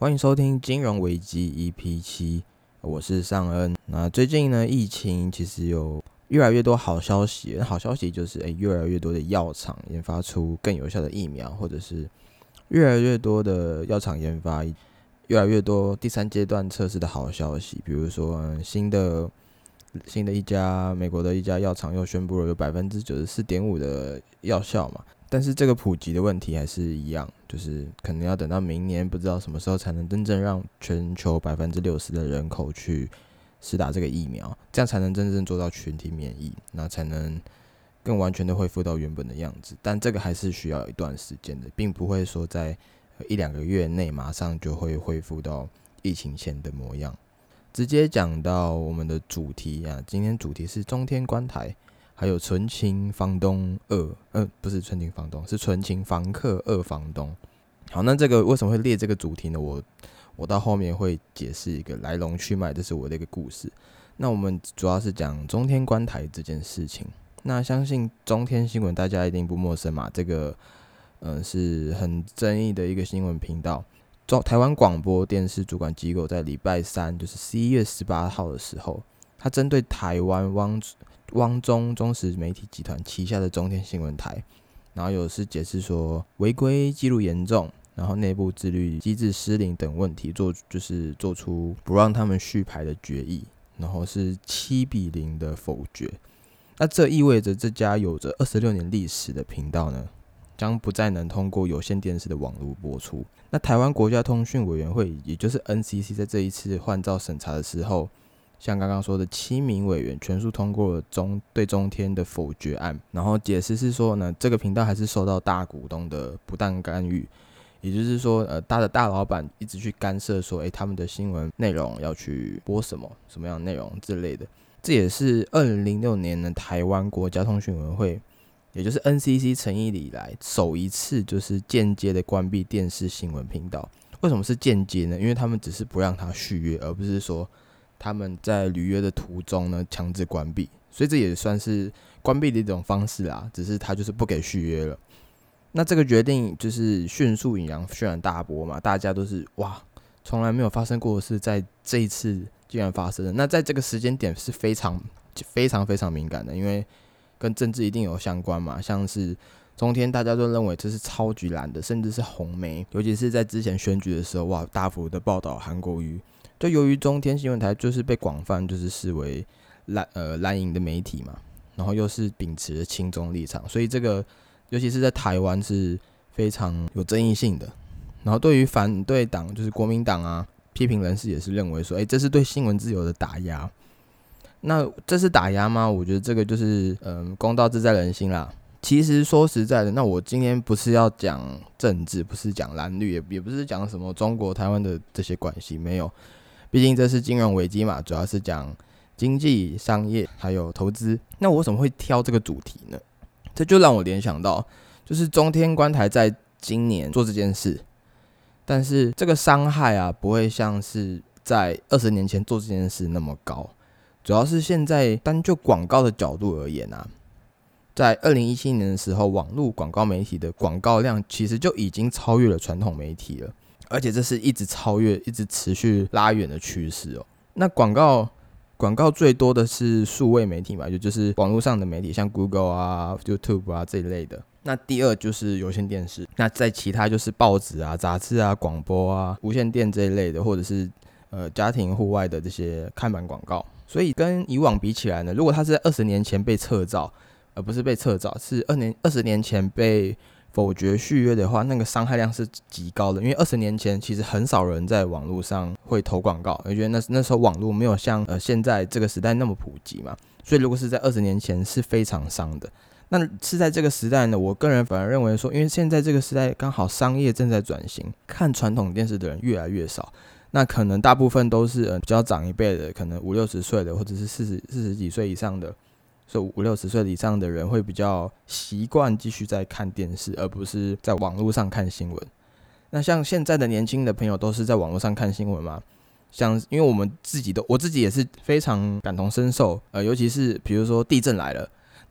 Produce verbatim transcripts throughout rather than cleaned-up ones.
欢迎收听金融危机 E P 七，我是尚恩。那最近呢，疫情其实有越来越多好消息，好消息就是，欸、越来越多的药厂研发出更有效的疫苗，或者是越来越多的药厂研发越来越多第三阶段测试的好消息，比如说、嗯、新的新的一家美国的一家药厂又宣布了有 百分之九十四点五 的药效嘛。但是这个普及的问题还是一样，就是可能要等到明年，不知道什么时候才能真正让全球 百分之六十 的人口去施打这个疫苗，这样才能真正做到群体免疫，那才能更完全的恢复到原本的样子。但这个还是需要一段时间的，并不会说在一两个月内马上就会恢复到疫情前的模样。直接讲到我们的主题啊，今天主题是中天关台，还有纯情房东二，呃，不是纯情房东，是纯情房客二房东。好，那这个为什么会列这个主题呢？我我到后面会解释一个来龙去脉，这是我的一个故事。那我们主要是讲中天关台这件事情。那相信中天新闻大家一定不陌生嘛，这个呃是很争议的一个新闻频道。台湾广播电视主管机构在礼拜三，就是十一月十八号的时候，他针对台湾汪汪中中时媒体集团旗下的中天新闻台，然后有是解释说违规记录严重，然后内部自律机制失灵等问题，做就是做出不让他们续牌的决议，然后是七比零的否决。那这意味着这家有着二十六年历史的频道呢，将不再能通过有线电视的网络播出。那台湾国家通讯委员会，也就是 N C C， 在这一次换照审查的时候，像刚刚说的七名委员全数通过了中对中天的否决案，然后解释是说呢，这个频道还是受到大股东的不当干预，也就是说，呃，大的大老板一直去干涉说，哎，他们的新闻内容要去播什么什么样的内容之类的。这也是二零零六年的台湾国家通讯委员会，也就是 N C C 成立以来首一次就是间接的关闭电视新闻频道。为什么是间接呢？因为他们只是不让他续约，而不是说他们在履约的途中呢强制关闭，所以这也算是关闭的一种方式啦，只是他就是不给续约了。那这个决定就是迅速引扬轩然大波嘛，大家都是哇，从来没有发生过的事，在这一次竟然发生了。那在这个时间点是非常非常非常敏感的，因为跟政治一定有相关嘛，像是中天大家都认为这是超级蓝的，甚至是红媒，尤其是在之前选举的时候，哇，大幅的报道韩国瑜。就由于中天新闻台就是被广泛就是视为蓝呃蓝营的媒体嘛，然后又是秉持亲中立场，所以这个尤其是在台湾是非常有争议性的。然后对于反对党就是国民党啊，批评人士也是认为说，哎，这是对新闻自由的打压。那这是打压吗？我觉得这个就是嗯，公道自在人心啦。其实说实在的，那我今天不是要讲政治，不是讲蓝绿，也不是讲什么中国台湾的这些关系，没有。毕竟这是金融危机嘛，主要是讲经济、商业还有投资。那我为什么会挑这个主题呢？这就让我联想到，就是中天关台在今年做这件事，但是这个伤害啊，不会像是在二十年前做这件事那么高。主要是现在单就广告的角度而言啊，在二零一七年的时候，网络广告媒体的广告量其实就已经超越了传统媒体了。而且这是一直超越、一直持续拉远的趋势哦。那广告广告最多的是数位媒体嘛，也就是网络上的媒体，像 Google 啊、YouTube 啊这一类的。那第二就是有线电视，那在其他就是报纸啊、杂志啊、广播啊、无线电这一类的，或者是呃家庭户外的这些看板广告。所以跟以往比起来呢，如果它是在二十年前被撤照，而不是被撤照，是二年二十年前被否决续约的话，那个伤害量是极高的。因为二十年前其实很少人在网络上会投广告，我觉得 那, 那时候网络没有像呃现在这个时代那么普及嘛，所以如果是在二十年前是非常伤的。那是在这个时代呢，我个人反而认为说，因为现在这个时代刚好商业正在转型，看传统电视的人越来越少，那可能大部分都是呃比较长一辈的，可能五六十岁的，或者是四十四十几岁以上的。所以五六十岁以上的人会比较习惯继续在看电视，而不是在网络上看新闻。那像现在的年轻的朋友都是在网络上看新闻嘛？像因为我们自己都，我自己也是非常感同身受，呃，尤其是比如说地震来了，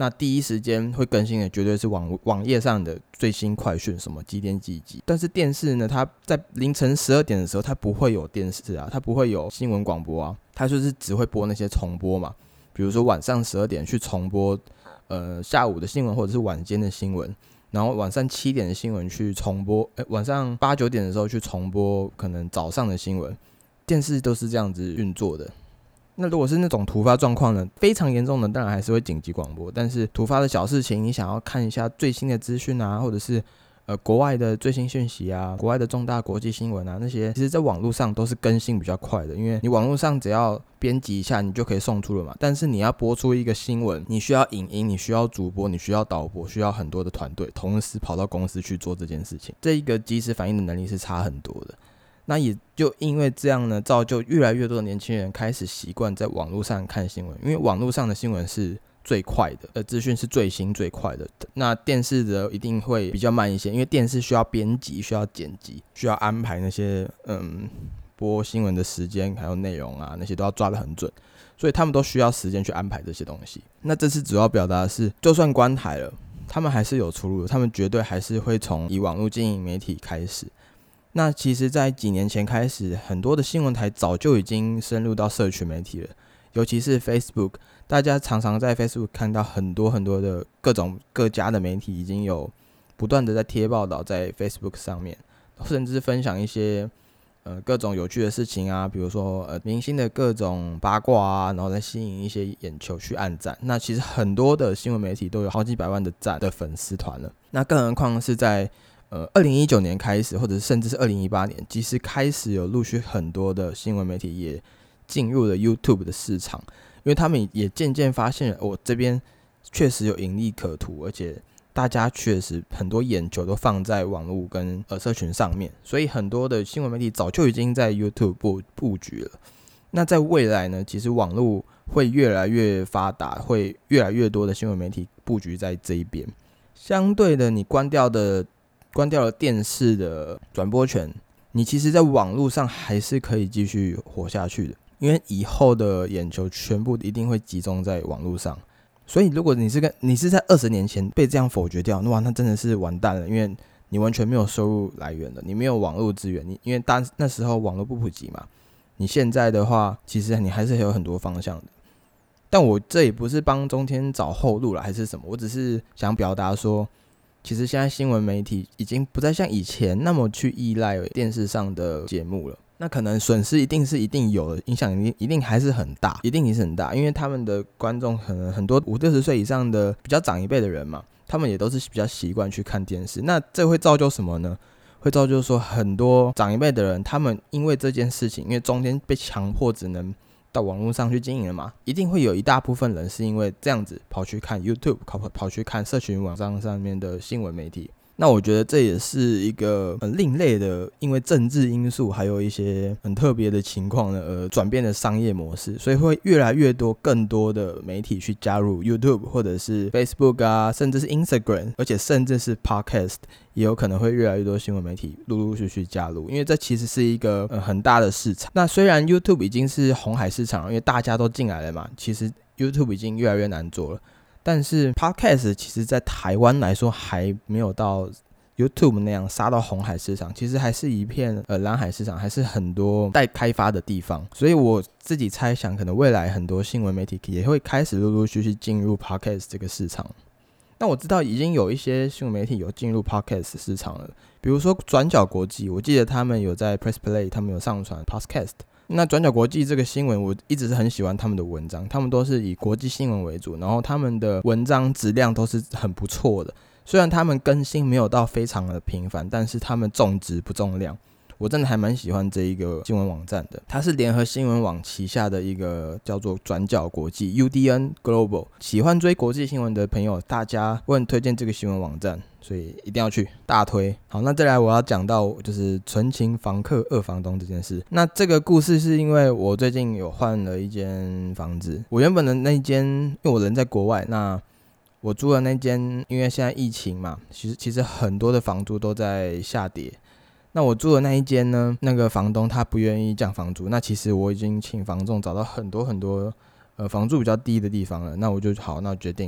那第一时间会更新的绝对是 网, 网页上的最新快讯，什么几点几集。但是电视呢，它在凌晨十二点的时候，它不会有电视啊，它不会有新闻广播啊，它就是只会播那些重播嘛。比如说晚上十二点去重播呃下午的新闻或者是晚间的新闻，然后晚上七点的新闻去重播，欸、晚上八九点的时候去重播可能早上的新闻，电视都是这样子运作的。那如果是那种突发状况呢，非常严重的当然还是会紧急广播，但是突发的小事情，你想要看一下最新的资讯啊，或者是呃国外的最新讯息啊，国外的重大国际新闻啊，那些其实在网络上都是更新比较快的，因为你网络上只要编辑一下你就可以送出了嘛。但是你要播出一个新闻，你需要影音，你需要主播，你需要导播，需要很多的团队同时跑到公司去做这件事情，这一个即时反应的能力是差很多的。那也就因为这样呢，造就越来越多的年轻人开始习惯在网络上看新闻，因为网络上的新闻是最快的，呃，资讯是最新最快的。那电视的一定会比较慢一些，因为电视需要编辑、需要剪辑、需要安排那些嗯播新闻的时间还有内容啊，那些都要抓得很准，所以他们都需要时间去安排这些东西。那这次主要表达的是，就算关台了，他们还是有出路的，他们绝对还是会从以网络经营媒体开始。那其实在几年前开始，很多的新闻台早就已经深入到社群媒体了，尤其是 Facebook， 大家常常在 Facebook 看到很多很多的各种各家的媒体已经有不断的在贴报道在 Facebook 上面，甚至分享一些呃各种有趣的事情啊，比如说呃明星的各种八卦啊，然后再吸引一些眼球去按赞。那其实很多的新闻媒体都有好几百万的赞的粉丝团了，那更何况是在呃，二零一九年开始，或者甚至是二零一八年，其实开始有陆续很多的新闻媒体也进入了 YouTube 的市场，因为他们也渐渐发现，我、哦、这边确实有盈利可图，而且大家确实很多眼球都放在网络跟呃社群上面，所以很多的新闻媒体早就已经在 YouTube 布布局了。那在未来呢，其实网络会越来越发达，会越来越多的新闻媒体布局在这一边。相对的，你关掉的。关掉了电视的转播权，你其实在网络上还是可以继续活下去的，因为以后的眼球全部一定会集中在网络上。所以如果你是跟你是在二十年前被这样否决掉，哇，那真的是完蛋了，因为你完全没有收入来源了，你没有网络资源，你因为当那时候网络不普及嘛。你现在的话，其实你还是有很多方向的。但我这也不是帮中天找后路了，还是什么，我只是想表达说。其实现在新闻媒体已经不再像以前那么去依赖电视上的节目了，那可能损失一定是一定有的，影响一定一定还是很大，一定也是很大，因为他们的观众可能很多五六十岁以上的比较长一辈的人嘛，他们也都是比较习惯去看电视，那这会造就什么呢？会造就说很多长一辈的人，他们因为这件事情，因为中间被强迫只能到网络上去经营了嘛，一定会有一大部分人是因为这样子跑去看 YouTube， 跑, 跑去看社群网站上面的新闻媒体。那我觉得这也是一个很另类的，因为政治因素还有一些很特别的情况呢而转变的商业模式，所以会越来越多更多的媒体去加入 YouTube 或者是 Facebook 啊，甚至是 Instagram， 而且甚至是 Podcast， 也有可能会越来越多新闻媒体陆陆续续加入，因为这其实是一个、呃、很大的市场。那虽然 YouTube 已经是红海市场，因为大家都进来了嘛，其实 YouTube 已经越来越难做了。但是 Podcast 其实在台湾来说还没有到 YouTube 那样杀到红海市场，其实还是一片呃蓝海市场，还是很多待开发的地方。所以我自己猜想，可能未来很多新闻媒体也会开始陆陆续续进入 Podcast 这个市场。那我知道已经有一些新闻媒体有进入 Podcast 市场了，比如说转角国际，我记得他们有在 Press Play， 他们有上传 Podcast。那转角国际这个新闻，我一直是很喜欢他们的文章，他们都是以国际新闻为主，然后他们的文章质量都是很不错的。虽然他们更新没有到非常的频繁，但是他们重质不重量。我真的还蛮喜欢这一个新闻网站的，它是联合新闻网旗下的一个叫做转角国际 U D N Global。喜欢追国际新闻的朋友，大家我很推荐这个新闻网站，所以一定要去，大推。好，那再来我要讲到就是纯情房客二房东这件事。那这个故事是因为我最近有换了一间房子，我原本的那间，因为我人在国外，那我租的那间，因为现在疫情嘛，其实其实很多的房租都在下跌。那我住的那一间呢，那个房东他不愿意降房租，那其实我已经请房仲找到很多很多呃房租比较低的地方了，那我就好，那我决定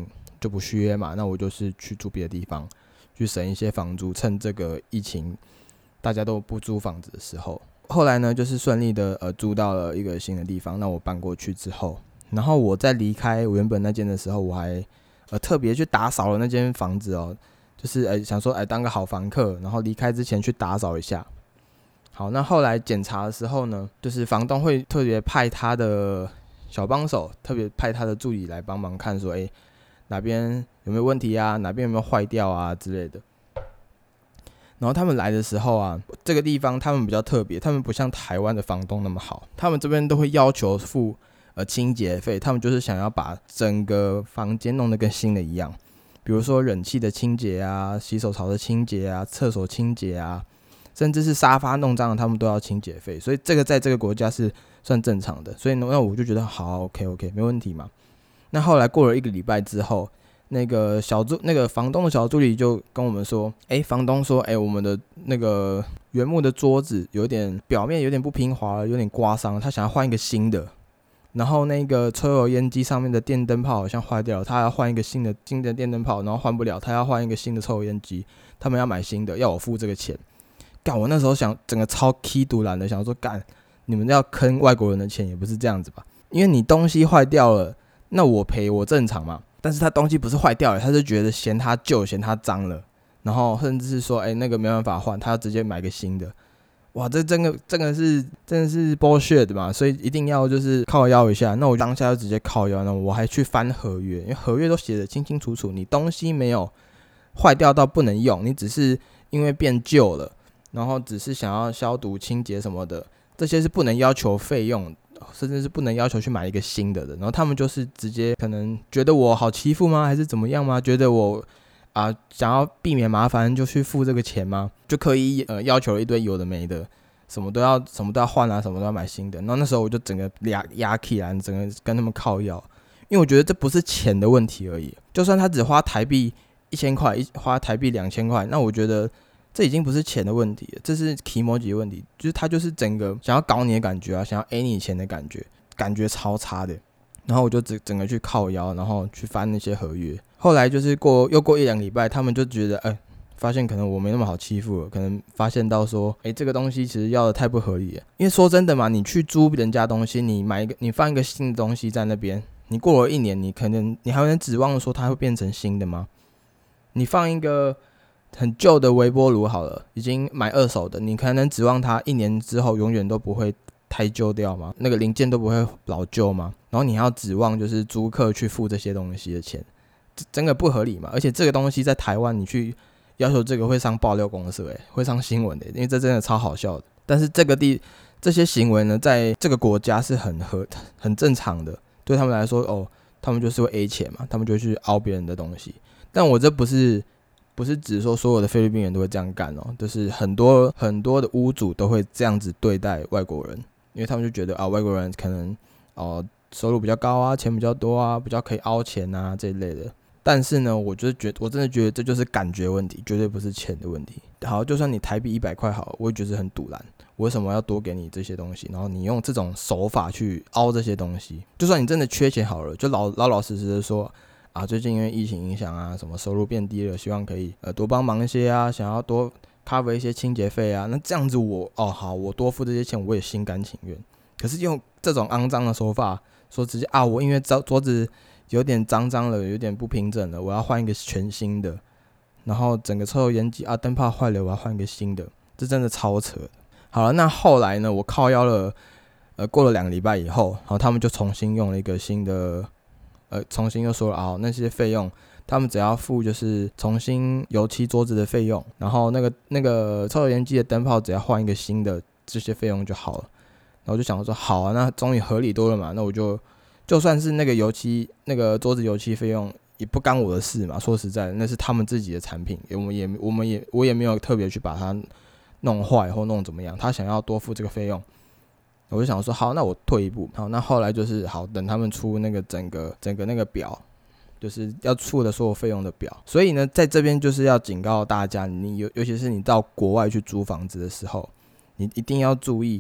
就不续约嘛，那我就是去住别的地方，去省一些房租，趁这个疫情大家都不租房子的时候。后来呢，就是顺利的呃租到了一个新的地方。那我搬过去之后，然后我在离开我原本那间的时候，我还呃特别去打扫了那间房子哦，就是呃想说哎当个好房客，然后离开之前去打扫一下。好，那后来检查的时候呢，就是房东会特别派他的小帮手，特别派他的助理来帮忙看说，哎哪边有没有问题啊，哪边有没有坏掉啊之类的。然后他们来的时候啊，这个地方他们比较特别，他们不像台湾的房东那么好，他们这边都会要求付呃清洁费，他们就是想要把整个房间弄得跟新的一样，比如说冷气的清洁啊、洗手槽的清洁啊、厕所清洁啊，甚至是沙发弄脏了，他们都要清洁费，所以这个在这个国家是算正常的，所以那我就觉得好 ，OK OK， 没问题嘛。那后来过了一个礼拜之后，那个小助那个房东的小助理就跟我们说，哎、欸，房东说，哎、欸，我们的那个原木的桌子有点表面有点不平滑了，有点刮伤，他想要换一个新的。然后那个抽油烟机上面的电灯泡好像坏掉了，他要换一个新的新的电灯泡，然后换不了，他要换一个新的抽油烟机，他们要买新的，要我付这个钱。干，我那时候想整个超 K 独揽的，想说干，你们要坑外国人的钱也不是这样子吧？因为你东西坏掉了，那我赔我正常嘛。但是他东西不是坏掉了，他是觉得嫌他旧，嫌他脏了，然后甚至是说，哎、欸，那个没办法换，他要直接买个新的。哇，这真的真的是真的是 bullshit 的嘛，所以一定要就是靠腰一下。那我当下就直接靠腰，那我还去翻合约，因为合约都写得清清楚楚，你东西没有坏掉到不能用，你只是因为变旧了，然后只是想要消毒清洁什么的，这些是不能要求费用，甚至是不能要求去买一个新的的。然后他们就是直接可能觉得我好欺负吗，还是怎么样吗？觉得我啊、呃、想要避免麻烦就去付这个钱吗？就可以呃要求一堆有的没的，什么都要什么都要换啊，什么都要买新的。然后那时候我就整个压压起来，整个跟他们靠腰，因为我觉得这不是钱的问题而已。就算他只花台币一千块，花台币两千块，那我觉得这已经不是钱的问题了，这是期末级的问题，就是他就是整个想要搞你的感觉啊，想要 A 你钱的感觉，感觉超差的。然后我就整整个去靠腰，然后去翻那些合约。后来就是过又过一两礼拜，他们就觉得，哎、欸，发现可能我没那么好欺负了，可能发现到说，哎、欸，这个东西其实要的太不合理了。因为说真的嘛，你去租人家东西，你买一个，你放一个新的东西在那边，你过了一年，你可能你还能指望说它会变成新的吗？你放一个很旧的微波炉好了，已经买二手的，你可能指望它一年之后永远都不会太旧掉吗？那个零件都不会老旧吗？然后你还要指望就是租客去付这些东西的钱，真的不合理嘛？而且这个东西在台湾你去要求这个会上爆料公社、欸，会上新闻的、欸，因为这真的超好笑的。但是这个地这些行为呢，在这个国家是很合很正常的，对他们来说，哦，他们就是会 A 钱嘛，他们就会去凹别人的东西。但我这不是不是指说所有的菲律宾人都会这样干哦，就是很多很多的屋主都会这样子对待外国人，因为他们就觉得啊，外国人可能哦、呃、收入比较高啊，钱比较多啊，比较可以凹钱啊这一类的。但是呢，我就是觉得，我真的觉得这就是感觉问题，绝对不是钱的问题。好，就算你台币一百块好，我也觉得很赌烂。我为什么要多给你这些东西？然后你用这种手法去凹这些东西，就算你真的缺钱好了，就老老老实实的说啊，最近因为疫情影响啊，什么收入变低了，希望可以呃多帮忙一些啊，想要多 cover 一些清洁费啊。那这样子我哦好，我多付这些钱，我也心甘情愿。可是用这种肮脏的手法说直接啊，我因为桌子有点脏脏了，有点不平整了，我要换一个全新的，然后整个抽油烟机啊灯泡坏了，我要换一个新的，这真的超扯的。好了，那后来呢，我靠腰了，呃，过了两个礼拜以后，然后他们就重新用了一个新的，呃，重新又说了啊，那些费用他们只要付就是重新油漆桌子的费用，然后那个那个抽油烟机的灯泡只要换一个新的，这些费用就好了。然后我就想说，好啊，那终于合理多了嘛，那我就。就算是那个油漆、那个桌子油漆费用也不干我的事嘛。说实在的，那是他们自己的产品，我们也、我们也、我也没有特别去把它弄坏或弄怎么样。他想要多付这个费用，我就想说，好，那我退一步。好，那后来就是好，等他们出那个整个、整个那个表，就是要出的所有费用的表。所以呢，在这边就是要警告大家，你尤尤其是你到国外去租房子的时候，你一定要注意。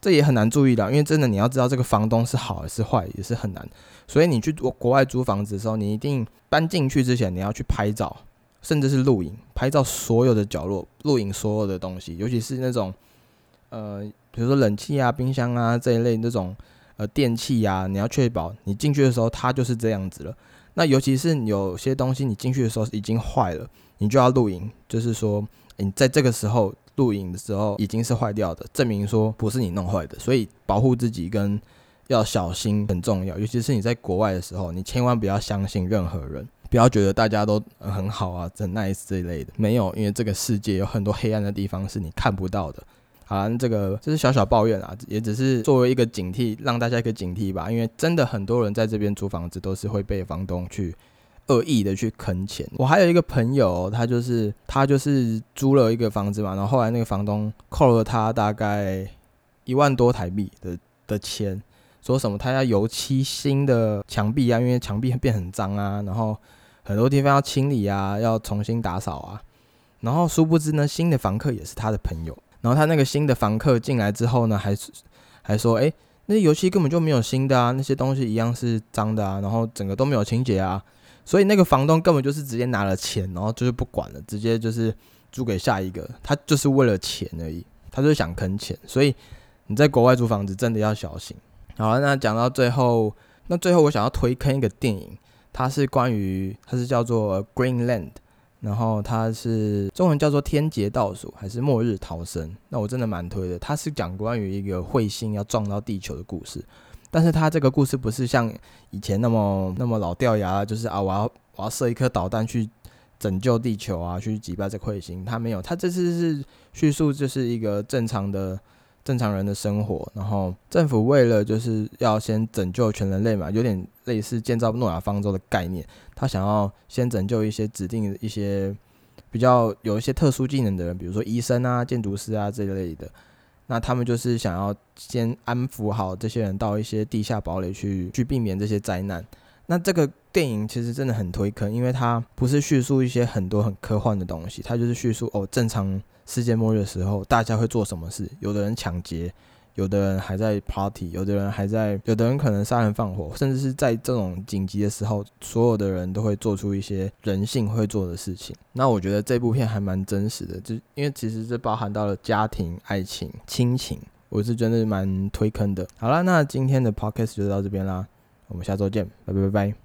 这也很难注意到，因为真的你要知道这个房东是好还是坏也是很难。所以你去国外租房子的时候，你一定搬进去之前你要去拍照，甚至是录影，拍照所有的角落，录影所有的东西，尤其是那种呃，比如说冷气啊、冰箱啊这一类那种呃电器啊，你要确保你进去的时候它就是这样子了。那尤其是有些东西你进去的时候已经坏了，你就要录影，就是说你在这个时候录影的时候已经是坏掉的，证明说不是你弄坏的。所以保护自己跟要小心很重要，尤其是你在国外的时候，你千万不要相信任何人，不要觉得大家都很好啊、很 nice 这一类的，没有，因为这个世界有很多黑暗的地方是你看不到的。好啦，这个这是小小抱怨啊，也只是作为一个警惕，让大家一个警惕吧。因为真的很多人在这边租房子都是会被房东去恶意的去坑钱。我还有一个朋友，他就是他就是租了一个房子嘛，然后后来那个房东扣了他大概一万多台币 的, 的钱，说什么他要油漆新的墙壁啊，因为墙壁变很脏啊，然后很多地方要清理啊，要重新打扫啊。然后殊不知呢，新的房客也是他的朋友。然后他那个新的房客进来之后呢，还还说，哎，那些油漆根本就没有新的啊，那些东西一样是脏的啊，然后整个都没有清洁啊。所以那个房东根本就是直接拿了钱，然后就是不管了，直接就是租给下一个，他就是为了钱而已，他就是想坑钱。所以你在国外租房子真的要小心。好了，那讲到最后，那最后我想要推坑一个电影，它是关于，它是叫做 Greenland。然后它是中文叫做天劫倒数还是末日逃生，那我真的蛮推的。它是讲关于一个彗星要撞到地球的故事，但是它这个故事不是像以前那么那么老掉牙，就是啊我要我要射一颗导弹去拯救地球啊，去击败这个彗星。它没有，它这次是叙述就是一个正常的正常人的生活，然后政府为了就是要先拯救全人类嘛，有点类似建造诺亚方舟的概念，他想要先拯救一些指定的一些比较有一些特殊技能的人，比如说医生啊、建筑师啊这一类的，那他们就是想要先安抚好这些人到一些地下堡垒去，去避免这些灾难。那这个电影其实真的很推坑，因为它不是叙述一些很多很科幻的东西，它就是叙述哦正常世界末日的时候大家会做什么事，有的人抢劫，有的人还在 party， 有的人还在，有的人可能杀人放火，甚至是在这种紧急的时候，所有的人都会做出一些人性会做的事情。那我觉得这部片还蛮真实的，就因为其实这包含到了家庭、爱情、亲情，我是真的蛮推坑的。好啦，那今天的 podcast 就到这边啦，我们下周见，拜拜拜拜。